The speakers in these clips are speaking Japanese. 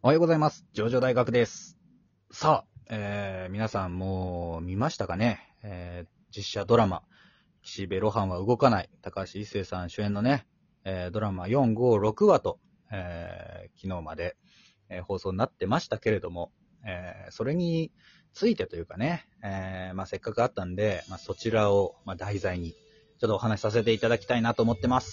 おはようございます。上場大学です。さあ、皆さんもう見ましたかね、実写ドラマ、岸辺露伴は動かない、高橋一生さん主演のね、ドラマ4、5、6話と、昨日まで、放送になってましたけれども、それについてというかね、せっかくあったんで、そちらを、題材に、ちょっとお話しさせていただきたいなと思ってます。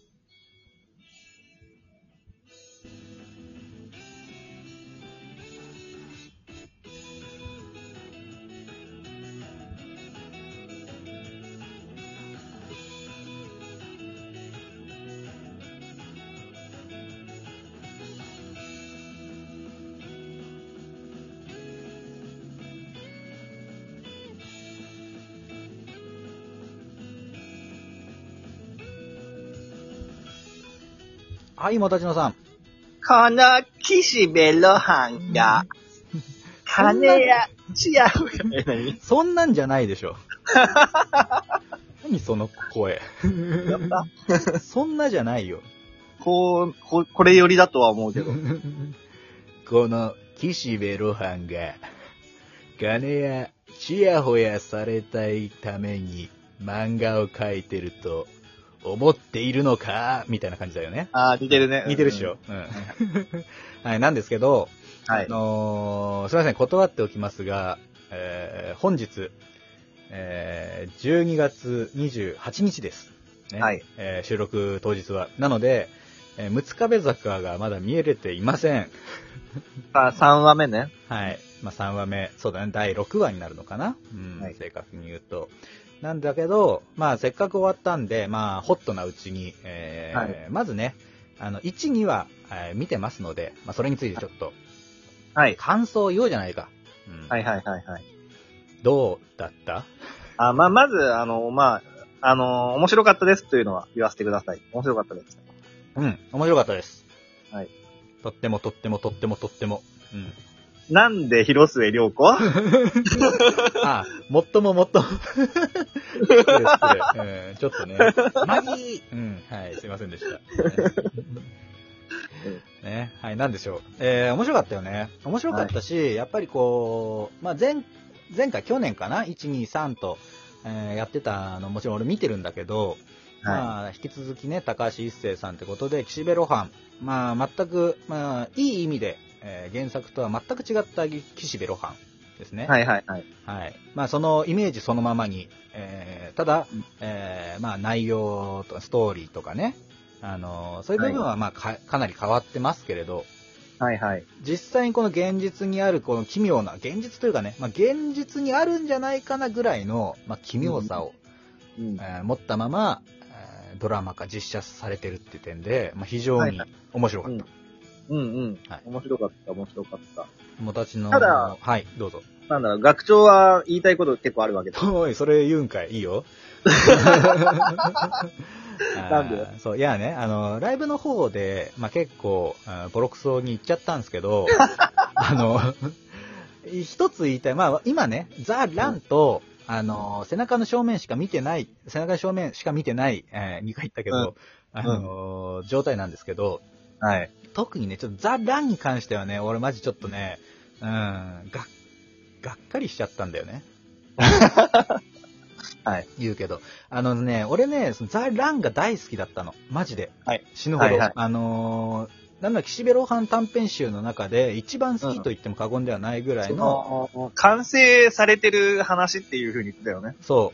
はい、もたちのさん。 この岸辺露伴が、金やチヤホヤ。何そんなんじゃないでしょ。何その声。 やったそんなじゃないよ。 これよりだとは思うけど。 この岸辺露伴が、金やチヤホヤされたいために漫画を描いてると思っているのかみたいな感じだよね。 あー、似てるね。 似てるっしょ。うん。はい、なんですけど、 はい。 すいません、断っておきますが、本日、12月28日です。ね。 はい。 収録当日は。なので、六壁坂がまだ見えれていません。 3話目ね。 はい。3話目。そうだね。第6話になるのかな。 はい、 正確に言うと。なんだけど、せっかく終わったんで、ホットなうちに、 はい、 まずね、1、2話、見てますので、それについてちょっと、 はい。 感想を言おうじゃないか。 はい。 どうだった？ まず、面白かったですというのは言わせてください。面白かったです。 面白かったです。 はい。 とっても。 なんで広末涼子もっとも。失礼。ちょっとね。マギーはい、すいませんでした。ね、はい、なんでしょう。面白かったよね。面白かったし、やっぱりこう、前回去年かな ?1、2、3と、やってたのもちろん俺見てるんだけど、引き続きね、高橋一生さんってことで、岸辺露伴、全く、いい意味で、原作とは全く違った岸辺露伴ですね。 はい。 そのイメージそのままに、ただ、内容とストーリーとかね、そういう部分はかなり変わってますけれど、 はい。 実際にこの現実にあるこの奇妙な、現実というかね、現実にあるんじゃないかなぐらいの、奇妙さを、持ったまま、ドラマ化実写されてるっていう点で、非常に面白かった。 はい。面白かった。 友達の、 ただ、 はい、どうぞ。 学長は言いたいこと結構あるわけだ。 おい、それ言うんかい。いいよ。 なんでそう、いやね、ライブの方で、結構、ボロクソに言っちゃったんですけど、一つ言いたい、今ね、ザ・ランと、背中の正面しか見てない、2回言ったけど、状態なんですけど、 はい。 特にね、ちょっとザ・ランに関してはね、俺マジちょっとね、がっかりしちゃったんだよね。 はい。 言うけど。俺ね、ザ・ランが大好きだったの。マジで。 はい。 死ぬほど。 はい。 なんだ、岸辺露伴短編集の中で一番好きと言っても過言ではないぐらいの。 完成されてる話っていう風に言ってたよね。 そう。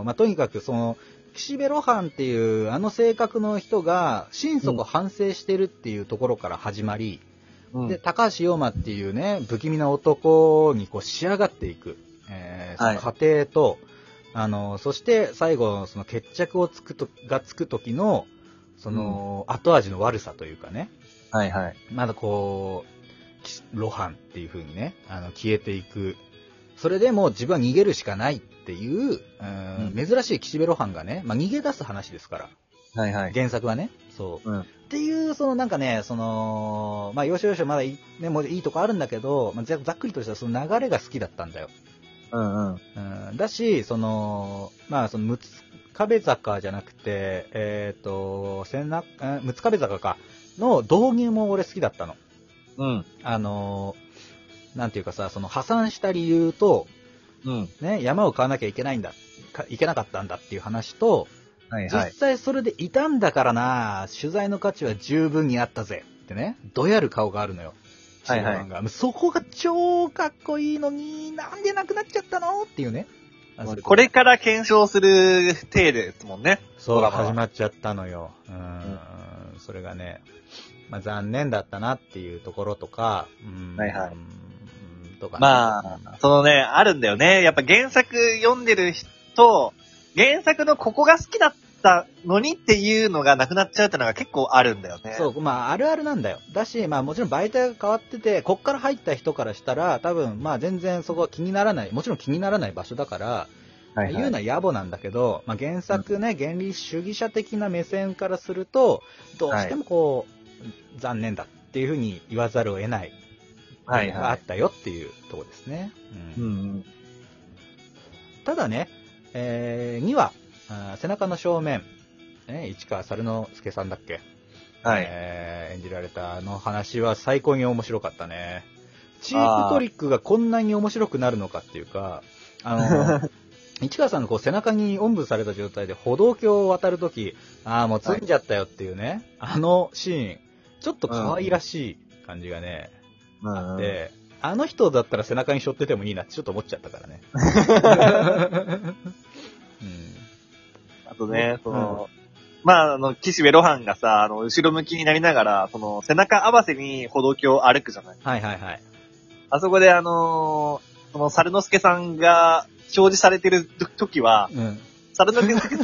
とにかく岸辺露伴っていう性格の人が心底反省してるっていうところから始まり、で、高橋陽馬っていうね、不気味な男にこう仕上がっていく、その過程と、そして最後、その決着がつく時の、後味の悪さというかね。 はいはい。 まだこう、露伴っていう風にね、消えていく。それでもう自分は逃げるしかないっていう、珍しい岸辺露伴がね、逃げ出す話ですから。 はいはい。 原作はね。そう。っていう、なんかね、要所要所まだもういいとこあるんだけど、ざっくりとしたその流れが好きだったんだよ。だし、六壁坂じゃなくて、六壁坂か、の導入も俺好きだったの。 うん。 なんていうかさ、その破産した理由と、 うん。 ね、山を買わなきゃいけないんだ、いけなかったんだっていう話と、 はいはい。 実際それでいたんだからな、取材の価値は十分にあったぜってね、どやる顔があるのよ。 はいはいシロマンがそこが超かっこいいのに、なんでなくなっちゃったのっていうね。 これから検証する体ですもんね。 そう、 ドラマは始まっちゃったのよ。それがね、まあ、残念だったなっていうところとか、 はいはいとかね、 まあ、そのね、あるんだよね。やっぱ原作読んでる人、原作のここが好きだったのにっていうのがなくなっちゃうってのが結構あるんだよね。 そう、まあ、あるあるなんだよ。だし、まあ、もちろん媒体が変わってて、こっから入った人からしたら、多分、まあ、全然そこは気にならない、もちろん気にならない場所だから、 はいはい、 言うのは野暮なんだけど、まあ、原作ね、原理主義者的な目線からすると、どうしてもこう、残念だっていうふうに言わざるを得ない、 はいがあったよっていうところですね。 うんうん、 ただね、2話、背中の正面、市川猿之助さんだっけ、 はい、 演じられたあの話は最高に面白かったね。チープトリックがこんなに面白くなるのかっていうか、市川さんのこう背中におんぶされた状態で歩道橋を渡るとき、もう積んじゃったよっていうね、あのシーン、ちょっと可愛らしい感じがね、あって、あの人だったら背中に背負っててもいいなってちょっと思っちゃったからね。 あとね、まあ、岸辺露伴がさ、後ろ向きになりながら、背中合わせに歩道橋を歩くじゃない。 はいはいはい。 あそこで猿之助さんが表示されてる時は、猿之助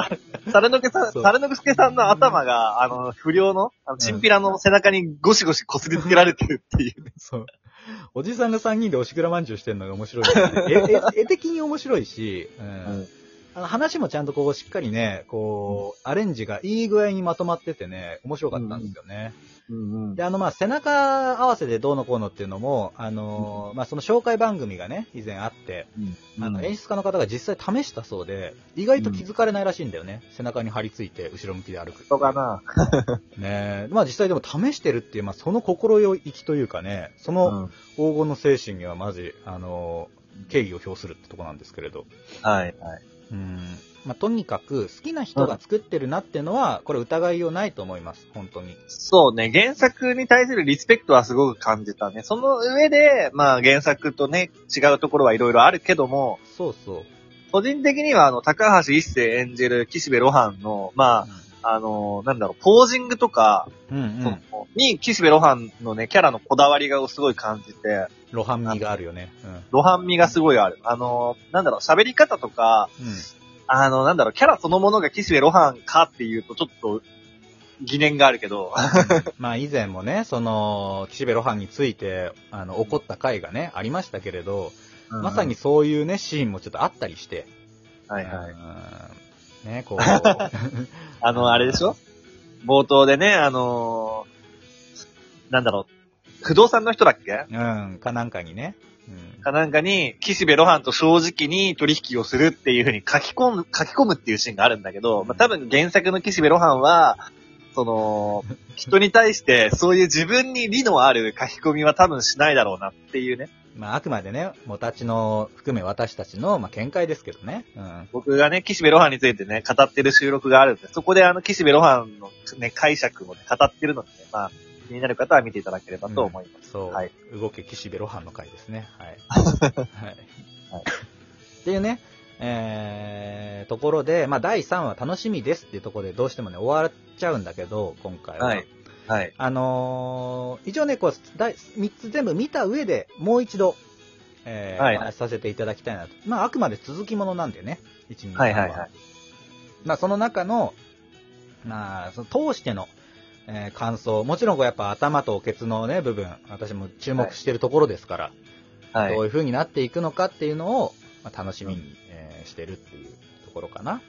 さんの頭が、不良の、チンピラの背中にゴシゴシ擦りつけられてるっていう、ね。 そう。おじさんが3人でおしくらまんじゅうしてるのが面白い、ね。絵的に面白いし、話もちゃんとこうしっかりね、こう、アレンジがいい具合にまとまっててね、面白かったんですよね。で、まあ、背中合わせでどうのこうのっていうのも、まあ、その紹介番組がね、以前あって、演出家の方が実際試したそうで、意外と気づかれないらしいんだよね。背中に張り付いて、後ろ向きで歩く。 そうかな。 ね、まあ実際でも試してるっていう、まあその心意気というかね、その黄金の精神にはマジ、敬意を表するってとこなんですけれど。 はい、はい。 まあ、とにかく好きな人が作ってるなっていうのは、これ疑いようないと思います、本当に。 そうね、原作に対するリスペクトはすごく感じたね。その上で、まあ原作とね、違うところはいろいろあるけども、 そうそう。 個人的には高橋一生演じる岸辺露伴の、まあ、なんだろう、ポージングとか、に岸辺露伴のね、キャラのこだわりがすごい感じて。 露伴味があるよね。 露伴味がすごいある。なんだろう、喋り方とか、なんだろう、キャラそのものが岸辺露伴かっていうとちょっと疑念があるけど。 まあ以前もね、その、岸辺露伴について、怒った回がね、ありましたけれど、まさにそういうね、シーンもちょっとあったりして。 はいはい。 ね、こう。 あれでしょ冒頭でね、なんだろう、不動産の人だっけかなんかにね。 かなんかに、岸辺露伴と正直に取引をするっていう風に書き込むっていうシーンがあるんだけど、まあ、多分原作の岸辺露伴は、人に対してそういう自分に利のある書き込みは多分しないだろうなっていうね。 まあ、あくまでね、もたちの含め私たちの、まあ、見解ですけどね。 僕がね、岸辺露伴についてね、語ってる収録があるんで、そこで岸辺露伴のね、解釈をね、語ってるので、ね、まあ、気になる方は見ていただければと思います。 そう。 はい。 動け岸辺露伴の回ですね。はい。はい。っていうね、ところで、まあ、第3話楽しみですっていうところでどうしてもね、終わっちゃうんだけど、今回は。はい。 はい。 一応ね、こう、3つ全部見た上でもう一度、話させていただきたいなと。まあ、あくまで続きものなんだよね。1、2、3は。はいはいはい。まあ、その中の、まあ、その通しての、感想。もちろんこうやっぱ頭とケツのね、部分、私も注目してるところですから、はい、どういう風になっていくのかっていうのを、まあ、楽しみに、してるっていうところかな。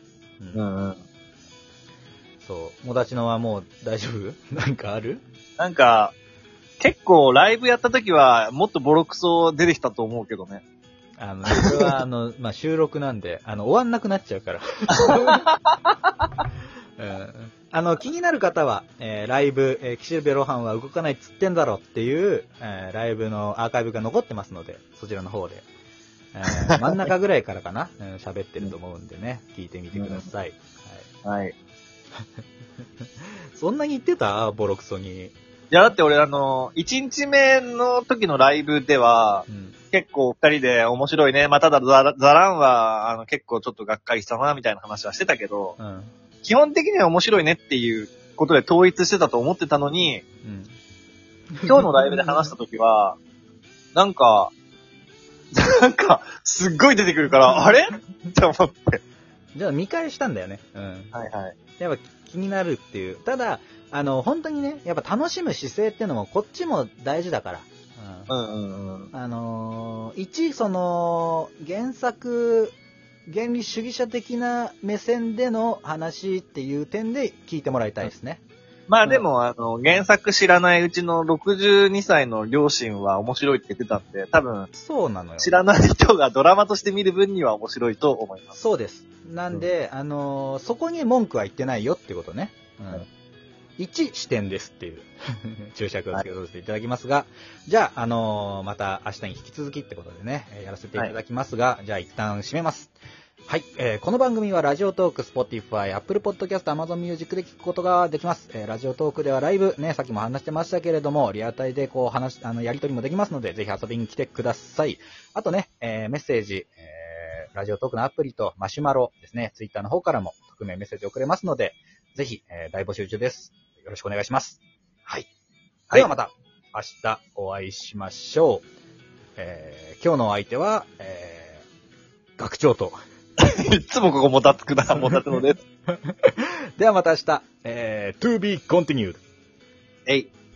そう。もだちのはもう大丈夫なんかある？ なんか、結構ライブやった時はもっとボロクソ出てきたと思うけどね。 これはまあ、収録なんで、終わんなくなっちゃうから。 気になる方は、ライブ、岸辺露伴は動かないっつってんだろっていう、ライブのアーカイブが残ってますので、そちらの方で。真ん中ぐらいからかな、喋ってると思うんでね、聞いてみてください。 はい。はい。 そんなに言ってたボロクソに。 いや、だって俺1日目の時のライブでは、結構二人で面白いね。まあ、ただザランは、結構ちょっとがっかりしたな、みたいな話はしてたけど、基本的には面白いねっていうことで統一してたと思ってたのに、今日のライブで話した時は、なんか、すっごい出てくるから、あれって思って。 じゃあ見返したんだよね。 はいはい。 やっぱ気になるっていう。ただ、本当にね、やっぱ楽しむ姿勢っていうのもこっちも大事だから。一、原作、原理主義者的な目線での話っていう点で聞いてもらいたいですね。 まあでも、原作知らないうちの62歳の両親は面白いって言ってたんで、多分、 そうなのよ。 知らない人がドラマとして見る分には面白いと思います。 そうです。なんで、そこに文句は言ってないよってことね。一視点ですっていう注釈をつけさせていただきますが、じゃあ、また明日に引き続きってことでね、やらせていただきますが、じゃあ一旦締めます。はい、この番組はラジオトーク、Spotify、Apple Podcast、Amazon Music で聞くことができます。ラジオトークではライブね、さっきも話してましたけれども、リアタイでこうやりとりもできますので、ぜひ遊びに来てください。あとね、メッセージ、ラジオトークのアプリとマシュマロですね、Twitter の方からも含めメッセージ送れますので、ぜひ、大募集中です。よろしくお願いします。はい。ではまた明日お会いしましょう。今日のお相手は、学長といつもここもたつくな、もたつのです。 ではまた明日、to be continued。 えい。